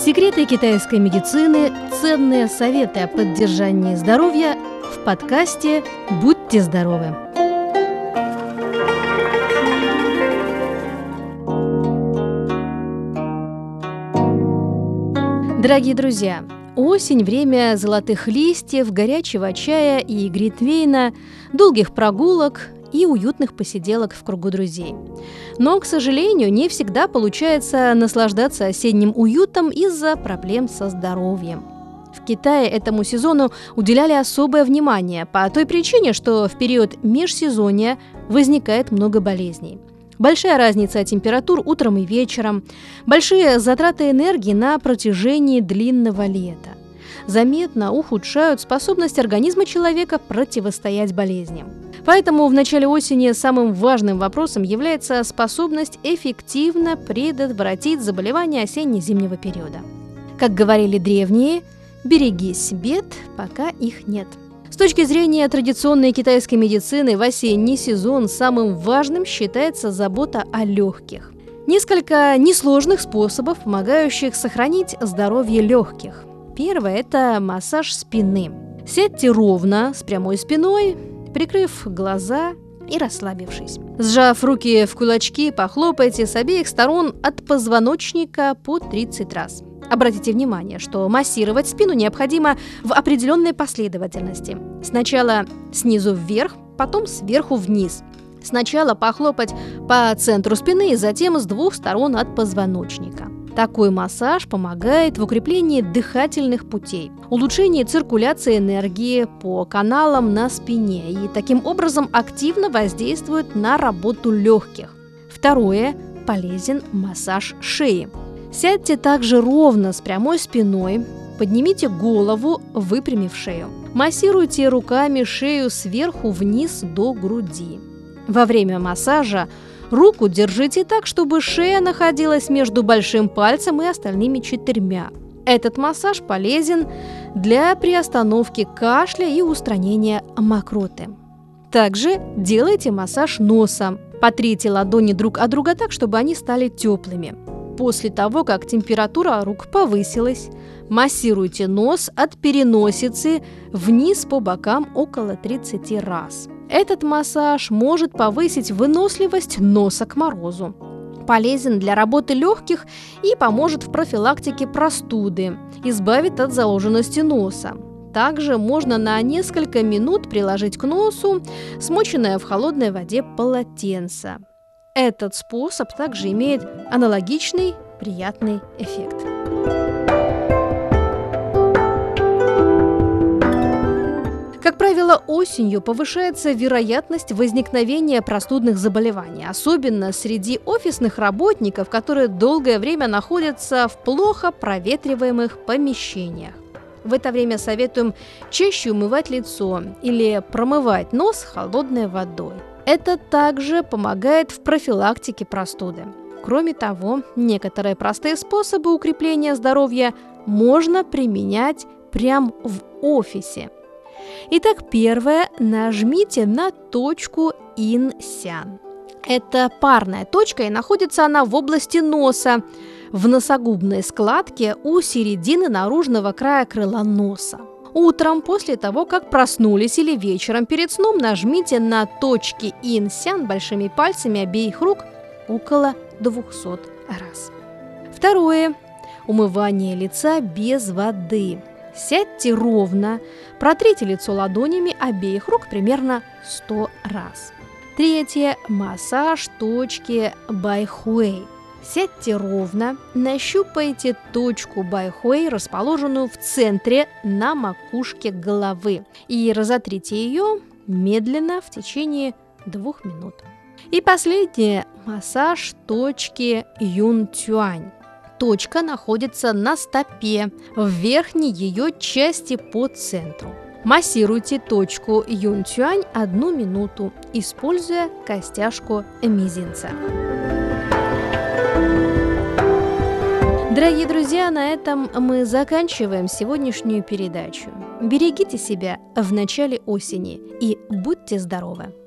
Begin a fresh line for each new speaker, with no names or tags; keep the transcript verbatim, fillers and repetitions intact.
Секреты китайской медицины, ценные советы о поддержании здоровья в подкасте «Будьте здоровы». Дорогие друзья, осень – время золотых листьев, горячего чая и глинтвейна, долгих прогулок и уютных посиделок в кругу друзей. Но, к сожалению, не всегда получается наслаждаться осенним уютом из-за проблем со здоровьем. В Китае этому сезону уделяли особое внимание по той причине, что в период межсезонья возникает много болезней. Большая разница температур утром и вечером, большие затраты энергии на протяжении длинного лета. Заметно ухудшают способность организма человека противостоять болезням. Поэтому в начале осени самым важным вопросом является способность эффективно предотвратить заболевания осенне-зимнего периода. Как говорили древние, берегись бед, пока их нет. С точки зрения традиционной китайской медицины, в осенний сезон самым важным считается забота о легких. Несколько несложных способов, помогающих сохранить здоровье легких. Первое – это массаж спины. Сядьте ровно, с прямой спиной, прикрыв глаза и расслабившись. Сжав руки в кулачки, похлопайте с обеих сторон от позвоночника по тридцать раз. Обратите внимание, что массировать спину необходимо в определенной последовательности. Сначала снизу вверх, потом сверху вниз. Сначала похлопать по центру спины, затем с двух сторон от позвоночника. Такой массаж помогает в укреплении дыхательных путей, улучшении циркуляции энергии по каналам на спине и таким образом активно воздействует на работу легких. Второе – полезен массаж шеи. Сядьте также ровно с прямой спиной, поднимите голову, выпрямив шею. Массируйте руками шею сверху вниз до груди. Во время массажа руку держите так, чтобы шея находилась между большим пальцем и остальными четырьмя. Этот массаж полезен для приостановки кашля и устранения мокроты. Также делайте массаж носа. Потрите ладони друг от друга так, чтобы они стали теплыми. После того, как температура рук повысилась, массируйте нос от переносицы вниз по бокам около тридцати раз. Этот массаж может повысить выносливость носа к морозу. Полезен для работы легких и поможет в профилактике простуды, избавит от заложенности носа. Также можно на несколько минут приложить к носу смоченное в холодной воде полотенце. Этот способ также имеет аналогичный приятный эффект. Как правило, осенью повышается вероятность возникновения простудных заболеваний, особенно среди офисных работников, которые долгое время находятся в плохо проветриваемых помещениях. В это время советуем чаще умывать лицо или промывать нос холодной водой. Это также помогает в профилактике простуды. Кроме того, некоторые простые способы укрепления здоровья можно применять прямо в офисе. Итак, первое. Нажмите на точку Ин-сян. Это парная точка, и находится она в области носа, в носогубной складке у середины наружного края крыла носа. Утром, после того, как проснулись, или вечером перед сном, нажмите на точки Ин-сян большими пальцами обеих рук около двухсот раз. Второе. Умывание лица без воды. Сядьте ровно, протрите лицо ладонями обеих рук примерно сто раз. Третье. Массаж точки Байхуэй. Сядьте ровно, нащупайте точку Байхуэй, расположенную в центре на макушке головы, и разотрите ее медленно в течение двух минут. И последнее – массаж точки Юнтюань. Точка находится на стопе, в верхней ее части по центру. Массируйте точку Юнтюань одну минуту, используя костяшку мизинца. Дорогие друзья, на этом мы заканчиваем сегодняшнюю передачу. Берегите себя в начале осени и будьте здоровы!